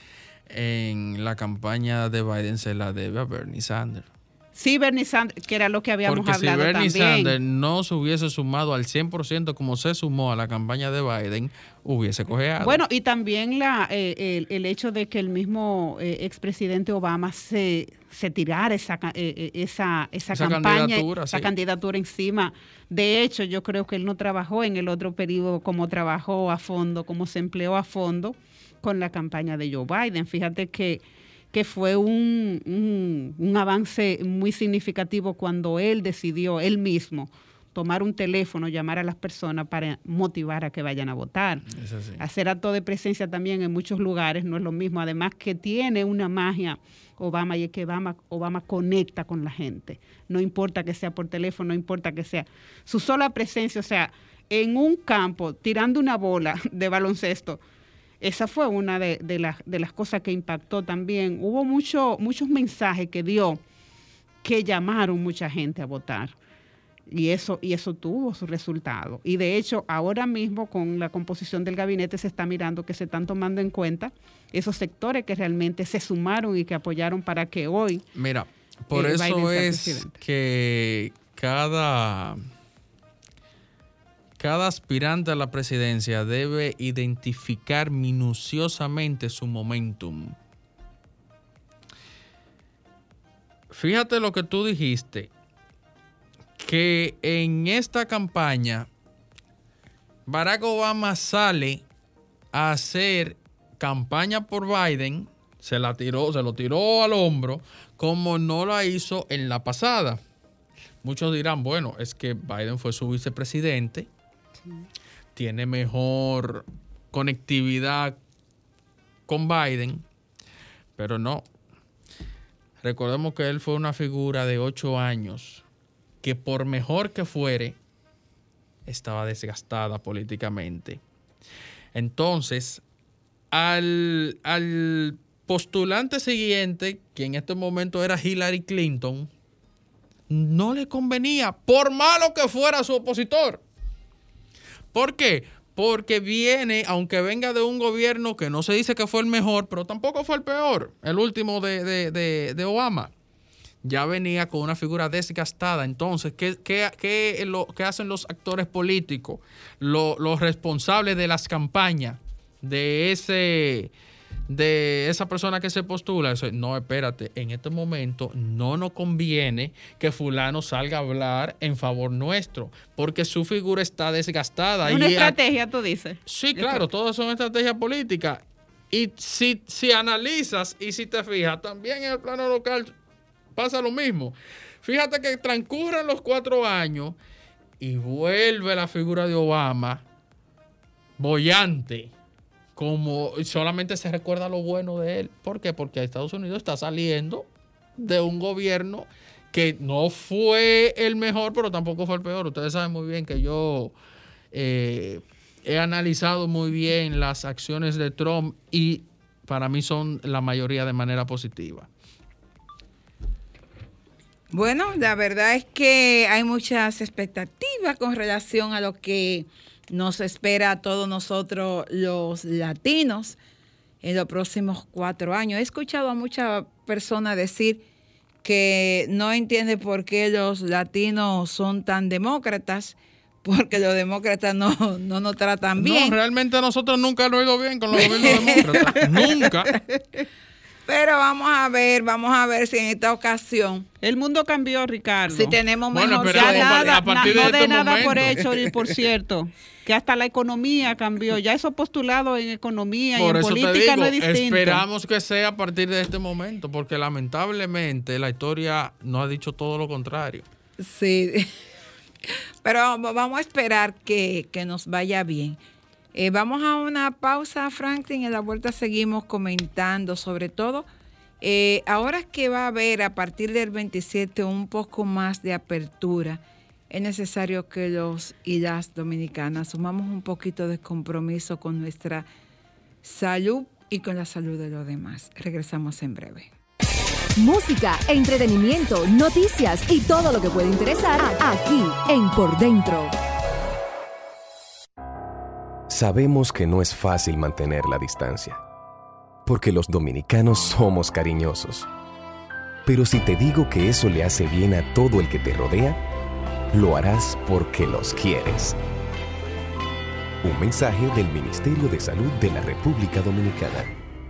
en la campaña de Biden se la debe a Bernie Sanders. Sí, Bernie Sanders, que era lo que habíamos Porque si hablado Bernie también. Sanders no se hubiese sumado al cien por ciento como se sumó a la campaña de Biden, hubiese cojeado. Bueno, y también la, eh, el, el hecho de que el mismo eh, expresidente Obama se, se tirara esa, ca- eh, eh, esa, esa, Esa campaña, candidatura, esa sí. candidatura encima. De hecho, yo creo que él no trabajó en el otro periodo como trabajó a fondo, como se empleó a fondo con la campaña de Joe Biden. Fíjate que que fue un, un, un avance muy significativo cuando él decidió, él mismo, tomar un teléfono, llamar a las personas para motivar a que vayan a votar. Es así. Hacer acto de presencia también en muchos lugares no es lo mismo. Además que tiene una magia Obama, y es que Obama, Obama conecta con la gente. No importa que sea por teléfono, no importa que sea. Su sola presencia, o sea, en un campo, tirando una bola de baloncesto, esa fue una de, de, las, de las cosas que impactó también. Hubo mucho, muchos mensajes que dio que llamaron mucha gente a votar. Y eso, y eso tuvo su resultado. Y de hecho, ahora mismo con la composición del gabinete se está mirando que se están tomando en cuenta esos sectores que realmente se sumaron y que apoyaron para que hoy... Mira, por eh, Biden eso sea es presidente. que cada, cada aspirante a la presidencia debe identificar minuciosamente su momentum. Fíjate lo que tú dijiste, que en esta campaña Barack Obama sale a hacer campaña por Biden, se la tiró, se lo tiró al hombro, como no la hizo en la pasada. Muchos dirán, bueno, es que Biden fue su vicepresidente, tiene mejor conectividad con Biden, pero no. Recordemos que él fue una figura de ocho años que por mejor que fuere, estaba desgastada políticamente. Entonces, al, al postulante siguiente, que en este momento era Hillary Clinton, no le convenía, por malo que fuera su opositor. ¿Por qué? Porque viene, aunque venga de un gobierno que no se dice que fue el mejor, pero tampoco fue el peor, el último de, de, de, de Obama. Ya venía con una figura desgastada. Entonces, ¿qué, qué, qué, lo, qué hacen los actores políticos? Lo, los responsables de las campañas de ese de esa persona que se postula. Eso, no, espérate, en este momento no nos conviene que fulano salga a hablar en favor nuestro, porque su figura está desgastada. Una y estrategia, tú dices. Sí, claro, todas son estrategias políticas. Y si, si analizas y si te fijas, también en el plano local pasa lo mismo. Fíjate que transcurren los cuatro años y vuelve la figura de Obama boyante, como solamente se recuerda lo bueno de él. ¿Por qué? Porque Estados Unidos está saliendo de un gobierno que no fue el mejor, pero tampoco fue el peor. Ustedes saben muy bien que yo eh, he analizado muy bien las acciones de Trump y para mí son la mayoría de manera positiva. Bueno, la verdad es que hay muchas expectativas con relación a lo que nos espera a todos nosotros los latinos en los próximos cuatro años. He escuchado a muchas personas decir que no entiende por qué los latinos son tan demócratas, porque los demócratas no, no nos tratan bien. No, realmente nosotros nunca lo hemos ido bien con los gobiernos demócratas. Nunca. Pero vamos a ver, vamos a ver si en esta ocasión el mundo cambió, Ricardo. Si tenemos bueno, mejor pero salud. nada, a partir no de de este nada momento. por hecho, y por cierto, que hasta la economía cambió. Ya esos postulados en economía Por y en eso política te digo, no es distinto. esperamos que sea a partir de este momento, porque lamentablemente la historia nos ha dicho todo lo contrario. Sí, pero vamos a esperar que, que nos vaya bien. Eh, vamos a una pausa, Franklin, en la vuelta seguimos comentando sobre todo. Eh, ahora que va a haber a partir del veintisiete un poco más de apertura, es necesario que los y las dominicanas sumamos un poquito de compromiso con nuestra salud y con la salud de los demás. Regresamos en breve. Música, entretenimiento, noticias y todo lo que puede interesar aquí en Por Dentro. Sabemos que no es fácil mantener la distancia, porque los dominicanos somos cariñosos. Pero si te digo que eso le hace bien a todo el que te rodea, lo harás porque los quieres. Un mensaje del Ministerio de Salud de la República Dominicana.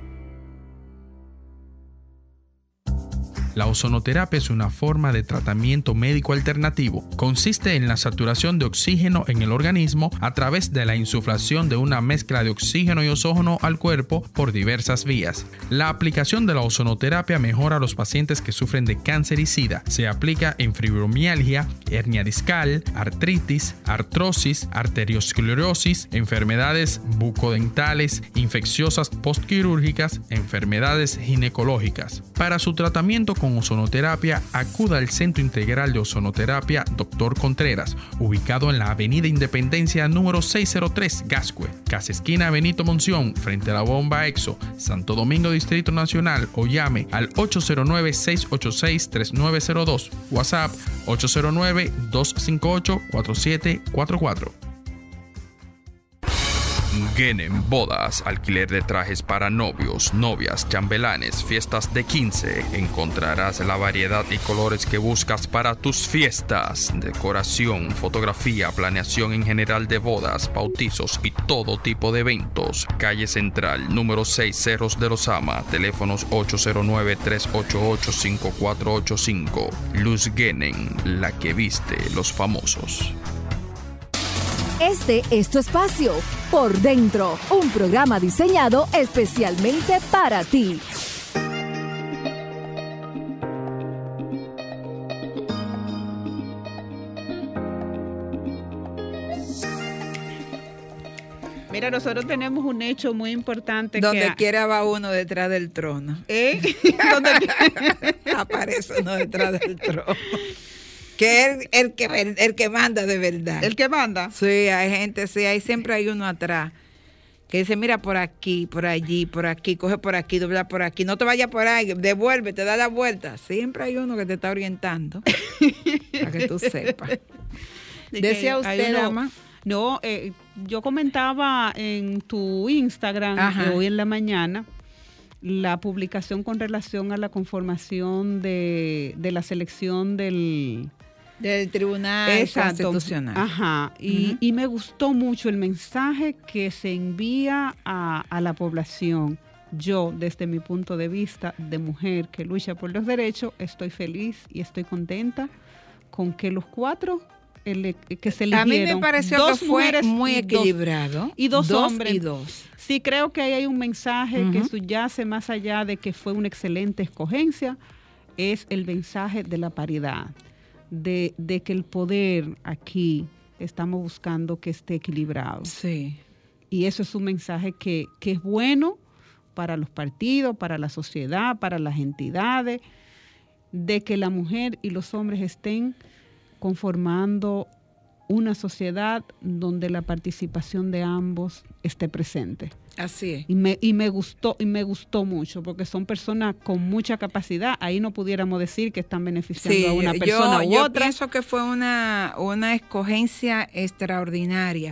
La ozonoterapia es una forma de tratamiento médico alternativo. Consiste en la saturación de oxígeno en el organismo a través de la insuflación de una mezcla de oxígeno y ozono al cuerpo por diversas vías. La aplicación de la ozonoterapia mejora a los pacientes que sufren de cáncer y sida. Se aplica en fibromialgia, hernia discal, artritis, artrosis, arteriosclerosis, enfermedades bucodentales, infecciosas postquirúrgicas, enfermedades ginecológicas. Para su tratamiento con ozonoterapia, acuda al Centro Integral de Ozonoterapia Doctor Contreras, ubicado en la Avenida Independencia número seiscientos tres, Gascue, casi esquina Benito Monción, frente a la bomba Exo, Santo Domingo, Distrito Nacional, o llame al ocho cero nueve, seis ocho seis, tres nueve cero dos, WhatsApp ocho cero nueve, dos cinco ocho, cuatro siete cuatro cuatro. Genen Bodas, alquiler de trajes para novios, novias, chambelanes, fiestas de quince. Encontrarás la variedad y colores que buscas para tus fiestas. Decoración, fotografía, planeación en general de bodas, bautizos y todo tipo de eventos. Calle Central, número seis, Cerros de los Ama. Teléfonos ocho cero nueve, tres ocho ocho, cinco cuatro ocho cinco. Luz Genen, la que viste los famosos. Este es tu espacio, Por Dentro, un programa diseñado especialmente para ti. Mira, nosotros tenemos un hecho muy importante. Donde que quiera va uno detrás del trono. ¿Eh? Donde aparece uno detrás del trono. Que es el, el, que, el que manda de verdad. ¿El que manda? Sí, hay gente, sí, hay, siempre hay uno atrás que dice, mira por aquí, por allí, por aquí, coge por aquí, dobla por aquí, no te vayas por ahí, devuelve, te da la vuelta. Siempre hay uno que te está orientando, para que tú sepas. Decía usted, dama. No, eh, yo comentaba en tu Instagram eh, hoy en la mañana la publicación con relación a la conformación de, de la selección del... Del Tribunal Exacto. Constitucional. Ajá. Y, uh-huh. y me gustó mucho el mensaje que se envía a, a la población. Yo, desde mi punto de vista de mujer que lucha por los derechos, estoy feliz y estoy contenta con que los cuatro el, que se eligieron. A mí me pareció dos que fue muy y equilibrado. Dos, y dos, dos hombres. Y dos. Sí, creo que ahí hay un mensaje uh-huh. que subyace más allá de que fue una excelente escogencia. es el mensaje de la paridad, de, de que el poder aquí estamos buscando que esté equilibrado. Sí. Y eso es un mensaje que, que es bueno para los partidos, para la sociedad, para las entidades, de que la mujer y los hombres estén conformando una sociedad donde la participación de ambos esté presente. Así es. Y me, y me gustó, y me gustó mucho, porque son personas con mucha capacidad. Ahí no pudiéramos decir que están beneficiando sí, a una persona yo, u yo otra. Yo pienso que fue una, una escogencia extraordinaria.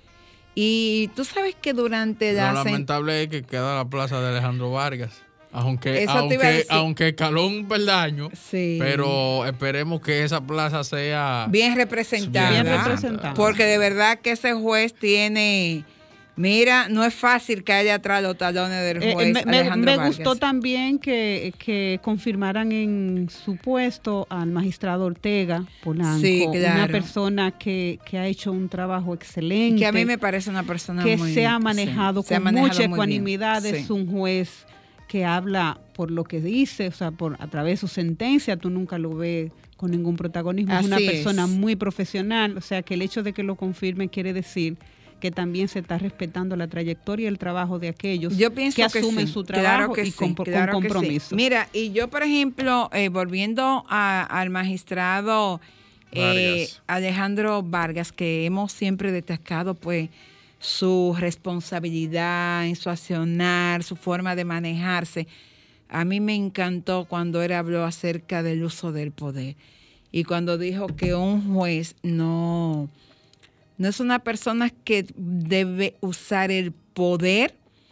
Y tú sabes que durante la... Lo lamentable es que queda la plaza de Alejandro Vargas. Aunque, Eso te iba a aunque, decir. aunque caló un peldaño, Sí. pero esperemos que esa plaza sea bien representada. Bien representada. Porque de verdad que ese juez tiene... Mira, no es fácil que haya atrás los talones del Eh, juez me me- Alejandro me Vargas. gustó también que, que confirmaran en su puesto al magistrado Ortega Polanco, Sí, una claro. persona que, que ha hecho un trabajo excelente. Que a mí me parece una persona que muy... se ha manejado sí, se con ha manejado mucha muy bien. ecuanimidad. Sí. Es un juez que habla por lo que dice, o sea, por a través de su sentencia, tú nunca lo ves con ningún protagonismo. Es una Así persona es. muy profesional, o sea, que el hecho de que lo confirme quiere decir que también se está respetando la trayectoria y el trabajo de aquellos Yo pienso que que asumen sí, su claro trabajo que y sí, con, con claro que sí. compromiso. Mira, y yo, por ejemplo, eh, volviendo a- al magistrado eh, Vargas. Alejandro Vargas, que hemos siempre destacado, pues, su responsabilidad en su accionar, su forma de manejarse. A mí me encantó cuando él habló acerca del uso del poder y cuando dijo que un juez no, no es una persona que debe usar el poder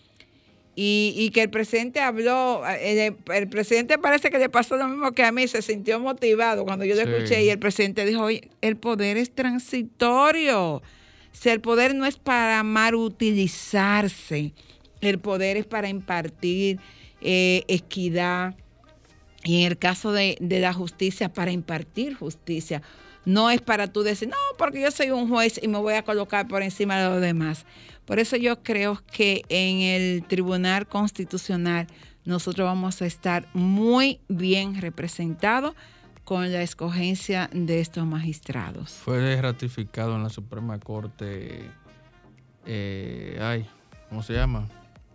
y, y que el presidente habló, el, el presidente parece que le pasó lo mismo que a mí, se sintió motivado cuando yo lo Sí. escuché y el presidente dijo, oye, el poder es transitorio. Si el poder no es para mal utilizarse, el poder es para impartir eh, equidad y en el caso de, de la justicia, para impartir justicia. No es para tú decir, no, porque yo soy un juez y me voy a colocar por encima de los demás. Por eso yo creo que en el Tribunal Constitucional nosotros vamos a estar muy bien representados con la escogencia de estos magistrados. Fue ratificado en la Suprema Corte. Eh, ay, ¿cómo se llama?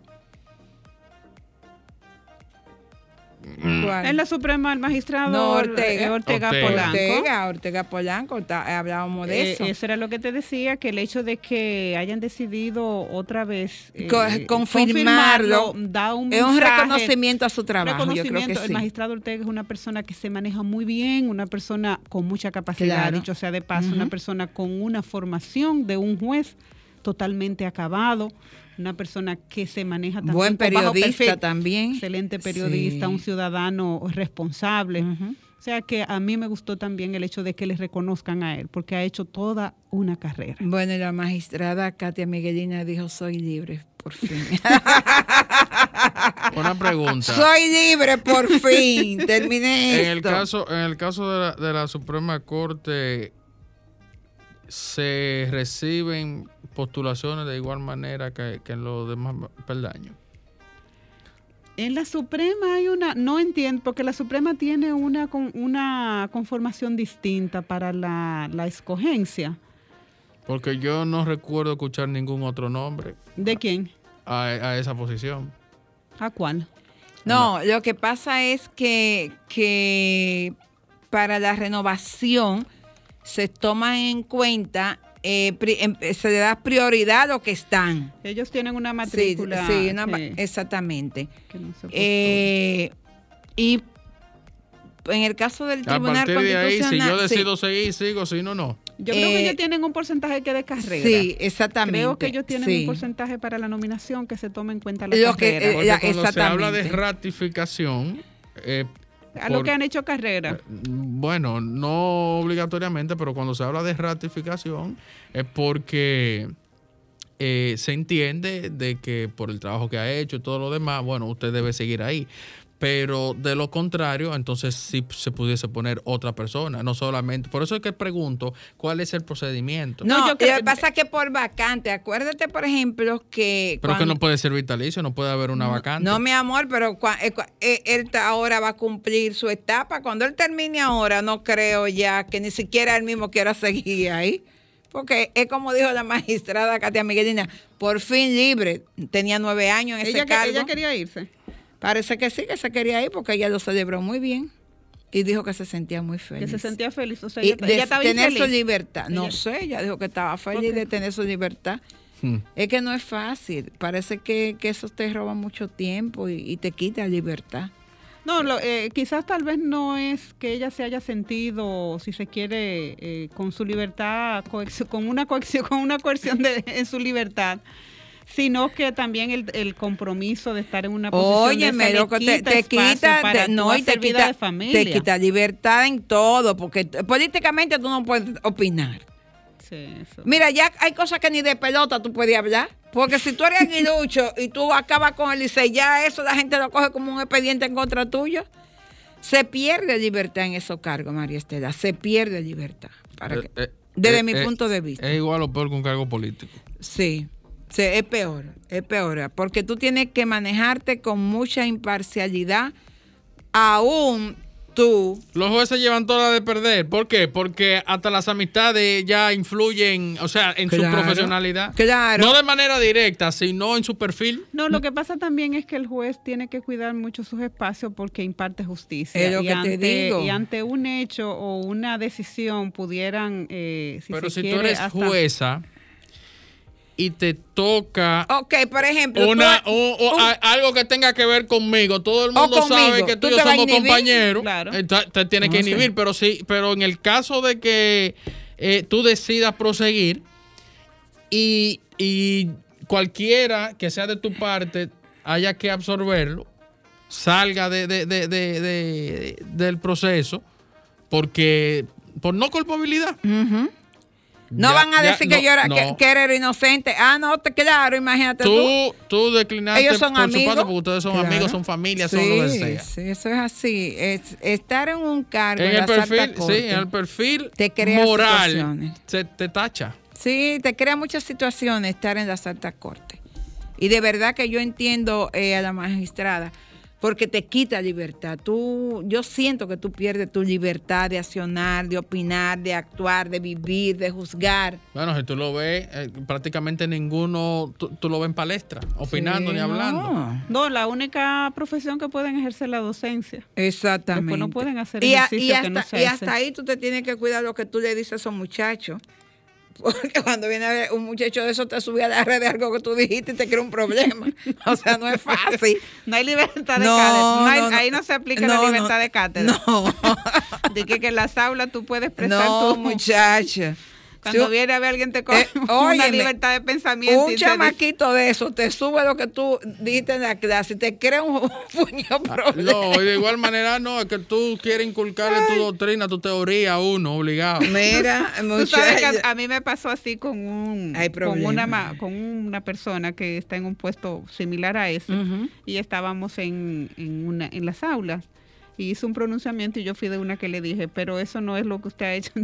¿Cuál? En la Suprema, el magistrado No, Ortega. eh, Ortega, Ortega. Polanco. Ortega, Ortega Polanco, ta- hablábamos de Eh, eso. eso era lo que te decía, que el hecho de que hayan decidido otra vez eh, Co- confirmarlo, da un es un mensaje, reconocimiento a su trabajo, yo creo que reconocimiento. sí. El magistrado Ortega es una persona que se maneja muy bien, una persona con mucha capacidad, Claro. dicho sea de paso, Ujú. una persona con una formación de un juez totalmente acabado, una persona que se maneja también Buen con bajo periodista perfil, también. excelente periodista, Sí. un ciudadano responsable. Ujú. O sea que a mí me gustó también el hecho de que le reconozcan a él, porque ha hecho toda una carrera. Bueno, y la magistrada Katia Miguelina dijo, soy libre, por fin. Una pregunta. Soy libre, por fin. Terminé En el esto. caso, en el caso de la, de la Suprema Corte, ¿se reciben postulaciones de igual manera que, que en los demás peldaños? En la Suprema hay una, no entiendo, porque la Suprema tiene una, con- una conformación distinta para la, la escogencia. Porque yo no recuerdo escuchar ningún otro nombre ¿De quién? a, a esa posición. ¿A cuál? No, lo que pasa es que, que para la renovación se toman en cuenta, eh, pri- em- se le da prioridad a los que están. Ellos tienen una Sí, matrícula. sí, una ma- que- exactamente. que no se postula. Eh, y en el caso del A Tribunal partir de ahí, si Constitucional... yo sí. decido seguir, sigo, si no, no. Yo creo que eh, ellos tienen un porcentaje que de carrera. Sí, exactamente. Creo que ellos tienen sí. un porcentaje para la nominación que se toma en cuenta la Lo que, carrera. eh, Porque la- cuando se habla de exactamente. ratificación, eh, a lo por- que han hecho carrera. bueno, no obligatoriamente, pero cuando se habla de ratificación es porque eh, se entiende de que por el trabajo que ha hecho y todo lo demás, bueno, usted debe seguir ahí. pero de lo contrario, entonces sí se pudiese poner otra persona, no solamente. Por eso es que pregunto, ¿cuál es el procedimiento? No, yo creo que pasa que por vacante, acuérdate, por ejemplo, que... Pero cuando, que no puede ser vitalicio, no puede haber una no, vacante. No, mi amor, pero cua, eh, eh, él ahora va a cumplir su etapa. Cuando él termine ahora, no creo ya que ni siquiera él mismo quiera seguir ahí. Porque es como dijo la magistrada Katia Miguelina, por fin libre, tenía nueve años en ese ella, cargo. Ella quería irse. Parece que sí, que se quería ir porque ella lo celebró muy bien y dijo que se sentía muy feliz. Que se sentía feliz, o sea, y ella, de ella estaba tener infeliz. su libertad. No Ella... sé, ella dijo que estaba feliz Okay. de tener su libertad. Hmm. Es que no es fácil. Parece que, que eso te roba mucho tiempo y, y te quita libertad. No, lo, eh, quizás tal vez no es que ella se haya sentido, si se quiere, eh, con su libertad, con una coerción, con una coerción de, en su libertad, sino que también el, el compromiso de estar en una posición Óyeme, de esa loco, le te, quita te quita, para te, no, y te vida quita, de familia. te quita libertad en todo, porque políticamente tú no puedes opinar. Sí, eso. Mira, ya hay cosas que ni de pelota tú puedes hablar. Porque si tú eres aguilucho y tú acabas con el Licey, ya eso la gente lo coge como un expediente en contra tuyo. Se pierde libertad en esos cargos, María Estela. Se pierde libertad. Para eh, que, eh, desde eh, mi eh, punto de vista. Es igual o peor que un cargo político. Sí, sí, es peor, es peor. Porque tú tienes que manejarte con mucha imparcialidad, aún tú. Los jueces llevan toda la de perder. ¿Por qué? Porque hasta las amistades ya influyen, o sea, en Claro, su profesionalidad. Claro. No de manera directa, sino en su perfil. No, lo que pasa también es que el juez tiene que cuidar mucho sus espacios porque imparte justicia. Es lo y, que ante, te digo. y ante un hecho o una decisión pudieran, eh, si Pero se si quiere, tú eres hasta... jueza y te toca Ok, por ejemplo. una, tú, un, un, un, algo que tenga que ver conmigo, todo el mundo conmigo. sabe que tú, ¿Tú y yo te vas a somos inhibir? compañeros, Claro. entonces te tienes No que sé. inhibir, pero sí, pero en el caso de que eh, tú decidas proseguir y, y cualquiera que sea de tu parte haya que absorberlo, salga de, de, de, de, de, del proceso, porque por no culpabilidad. Uh-huh. No Ya, van a ya, decir no, que yo era no. que, que eres inocente. Ah, no, te, claro, imagínate tú. Tú, tú declinaste Ellos son por amigos. su parte porque ustedes son Claro. amigos, son familia, Sí, son lo que sea. sí, eso es así. Es, estar en un cargo En en el la Alta perfil, Corte, sí, en el perfil te crea moral situaciones. se te tacha. Sí, te crea muchas situaciones estar en las altas cortes. Y de verdad que yo entiendo eh, a la magistrada, porque te quita libertad. Tú, yo siento que tú pierdes tu libertad de accionar, de opinar, de actuar, de vivir, de juzgar. Bueno, si tú lo ves, eh, prácticamente ninguno, tú, tú lo ves en palestra, opinando Sí, ni hablando. no. No, la única profesión que pueden ejercer es la docencia. Exactamente. Después no pueden hacer y, a- ejercicio y que hasta, no se y hace. hasta ahí tú te tienes que cuidar lo que tú le dices a esos muchachos. Porque cuando viene a ver un muchacho de eso te sube a la red de algo que tú dijiste y te crea un problema. O sea, no es fácil. No hay libertad de No, cátedra. No hay- no, no. ahí no se aplica No, la no. libertad de cátedra. No. De que, que en las aulas tú puedes expresar No, tu... muchacha. Cuando Si- viene a ver alguien te coge Eh, una óyeme, libertad de pensamiento. Un y te chamaquito de eso te sube lo que tú dijiste en la clase y te crea un puño problema. No, y de igual manera no, es que tú quieres inculcarle tu doctrina, tu teoría a uno, obligado. Mira, Tú sabes que muchacha. a, a mí me pasó así con un Hay con una problema. ma- con una persona que está en un puesto similar a ese Ujú. y estábamos en, en una en las aulas y hizo un pronunciamiento y yo fui de una que le dije, pero eso no es lo que usted ha hecho.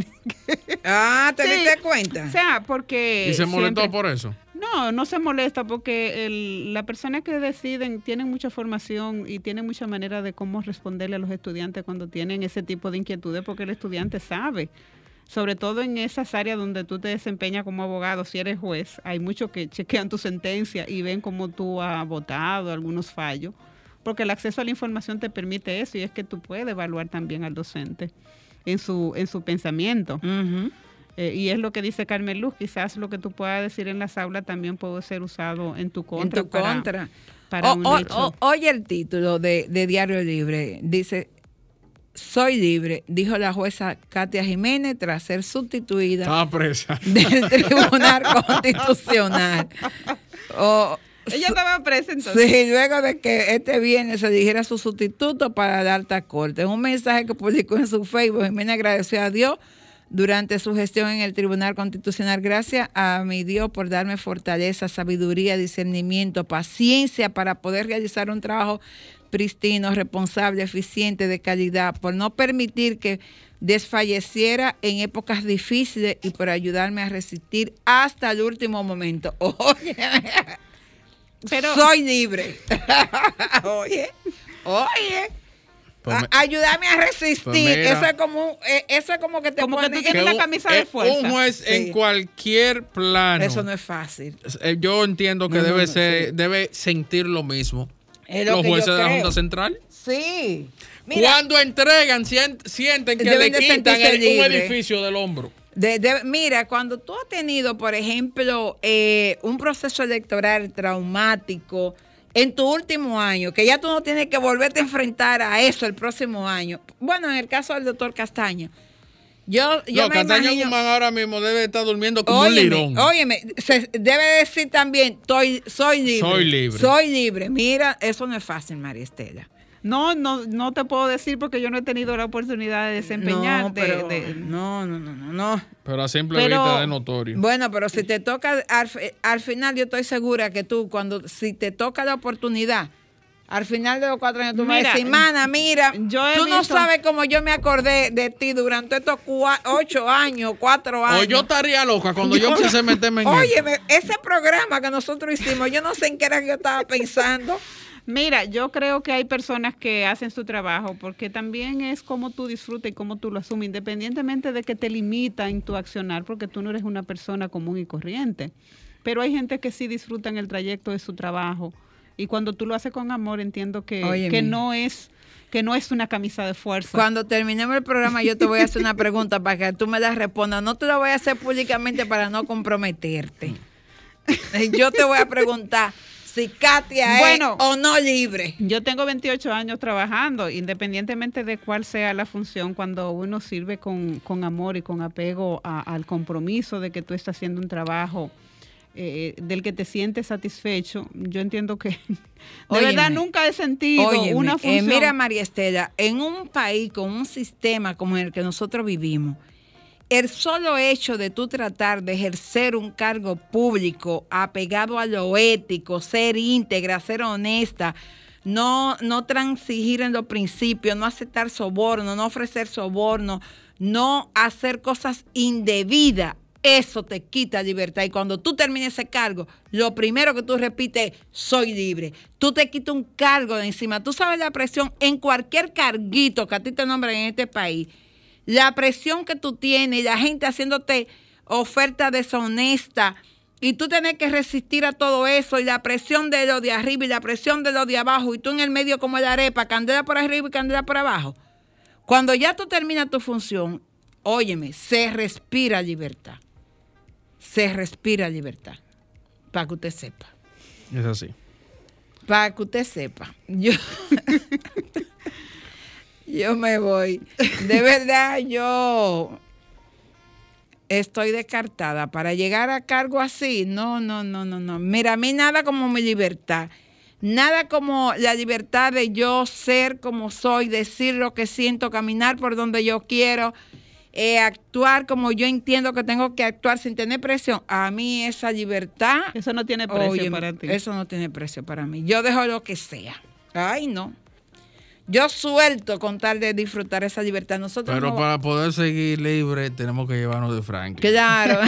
Ah, ¿te Sí. diste cuenta? O sea, porque Y se molestó siempre- por eso. No, no se molesta porque el, la persona que deciden tiene mucha formación y tiene mucha manera de cómo responderle a los estudiantes cuando tienen ese tipo de inquietudes, porque el estudiante sabe, sobre todo en esas áreas donde tú te desempeñas como abogado, si eres juez, hay muchos que chequean tu sentencia y ven cómo tú has votado, algunos fallos, porque el acceso a la información te permite eso y es que tú puedes evaluar también al docente en su, en su pensamiento. Ujú. Eh, y es lo que dice Carmen Luz, quizás lo que tú puedas decir en las aulas también puede ser usado en tu contra. En tu para- contra. para O- un o- hecho. o- oye el título de, de Diario Libre. Dice, soy libre, dijo la jueza Katia Jiménez tras ser sustituida Estaba presa. del Tribunal Constitucional. O- Ella estaba presa entonces. Sí, luego de que este viernes se eligiera su sustituto para la alta corte. En un mensaje que publicó en su Facebook, Jiménez agradeció a Dios durante su gestión en el Tribunal Constitucional. Gracias a mi Dios por darme fortaleza, sabiduría, discernimiento, paciencia para poder realizar un trabajo pristino, responsable, eficiente, de calidad, por no permitir que desfalleciera en épocas difíciles y por ayudarme a resistir hasta el último momento. Oye, pero soy libre. Oye, oye. Pues me, ayúdame a resistir. Pues mira, eso es como eh, eso es como que te como pone, que tú tienes la camisa de fuerza. Un juez sí. en cualquier plano. Eso no es fácil. Yo entiendo que no, debe no, no, ser, sí. debe sentir lo mismo. Es lo Los que jueces yo de la creo. Junta Central. Sí. Mira, cuando entregan, sienten que deben le de quitan el, un libre. edificio del hombro. De, de, mira, cuando tú has tenido, por ejemplo, eh, un proceso electoral traumático en tu último año, que ya tú no tienes que volverte a enfrentar a eso el próximo año. Bueno, en el caso del doctor Castaño, yo, yo no, me Castaño imagino, Guzmán ahora mismo debe estar durmiendo como óyeme, un lirón. Óyeme, se debe decir también, soy, soy libre. Soy libre. Soy libre. Mira, eso no es fácil, María Estela. No, no, no te puedo decir porque yo no he tenido la oportunidad de desempeñar. No, pero, de, de, no, no, no, no, no. Pero a simple pero, vista es notorio. Bueno, pero si te toca, al, al final yo estoy segura que tú, cuando si te toca la oportunidad, al final de los cuatro años tú mira, me vas a decir, mana, mira, yo tú visto, no sabes cómo yo me acordé de ti durante estos cuatro, ocho años, cuatro años. O yo estaría loca cuando yo, yo empecé a meterme en Oye, ese programa que nosotros hicimos, yo no sé en qué era que yo estaba pensando. Mira, yo creo que hay personas que hacen su trabajo porque también es como tú disfrutas y cómo tú lo asumes, independientemente de que te limita en tu accionar, porque tú no eres una persona común y corriente. Pero hay gente que sí disfruta en el trayecto de su trabajo y cuando tú lo haces con amor entiendo que, que no es que no es una camisa de fuerza. Cuando terminemos el programa yo te voy a hacer una pregunta para que tú me la respondas. No te la voy a hacer públicamente para no comprometerte. Yo te voy a preguntar si Katia bueno, es o no libre. Yo tengo veintiocho años trabajando, independientemente de cuál sea la función, cuando uno sirve con, con amor y con apego a, al compromiso de que tú estás haciendo un trabajo eh, del que te sientes satisfecho, yo entiendo que de óyeme, verdad nunca he sentido óyeme, una función. Eh, mira, María Estela, en un país con un sistema como el que nosotros vivimos, el solo hecho de tú tratar de ejercer un cargo público apegado a lo ético, ser íntegra, ser honesta, no, no transigir en los principios, no aceptar soborno, no ofrecer soborno, no hacer cosas indebidas, eso te quita libertad. Y cuando tú termines ese cargo, lo primero que tú repites es, soy libre. Tú te quitas un cargo de encima. Tú sabes la presión en cualquier carguito que a ti te nombren en este país. La presión que tú tienes, la gente haciéndote oferta deshonesta y tú tienes que resistir a todo eso y la presión de lo de arriba y la presión de lo de abajo y tú en el medio como la arepa, candela por arriba y candela por abajo. Cuando ya tú terminas tu función, óyeme, se respira libertad. Se respira libertad. Para que usted sepa. Es así. Para que usted sepa. Yo... Yo me voy. De verdad, yo estoy descartada. Para llegar a cargo así, no, no, no, no, no. Mira, a mí nada como mi libertad. Nada como la libertad de yo ser como soy, decir lo que siento, caminar por donde yo quiero, eh, actuar como yo entiendo que tengo que actuar sin tener presión. A mí esa libertad... Eso no tiene precio oye, para ti. Eso no tiene precio para mí. Yo dejo lo que sea. Ay, no. Yo suelto con tal de disfrutar esa libertad. Nosotros Pero no... para poder seguir libre tenemos que llevarnos de Franklin. Claro.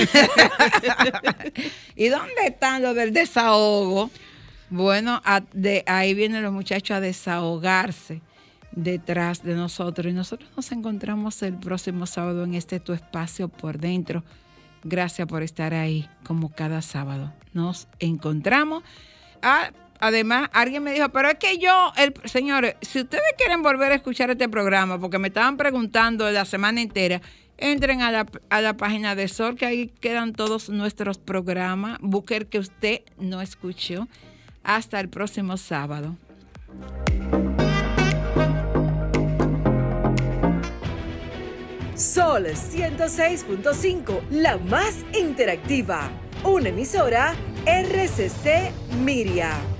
¿Y dónde están los del desahogo? Bueno, a, de, ahí vienen los muchachos a desahogarse detrás de nosotros. Y nosotros nos encontramos el próximo sábado en este Tu Espacio por Dentro. Gracias por estar ahí como cada sábado. Nos encontramos. Ah, Además, alguien me dijo, pero es que yo, el, señores, si ustedes quieren volver a escuchar este programa, porque me estaban preguntando la semana entera, entren a la, a la página de Sol, que ahí quedan todos nuestros programas. Busque el que usted no escuchó. Hasta el próximo sábado. Sol ciento seis punto cinco, la más interactiva. Una emisora R C C Miria.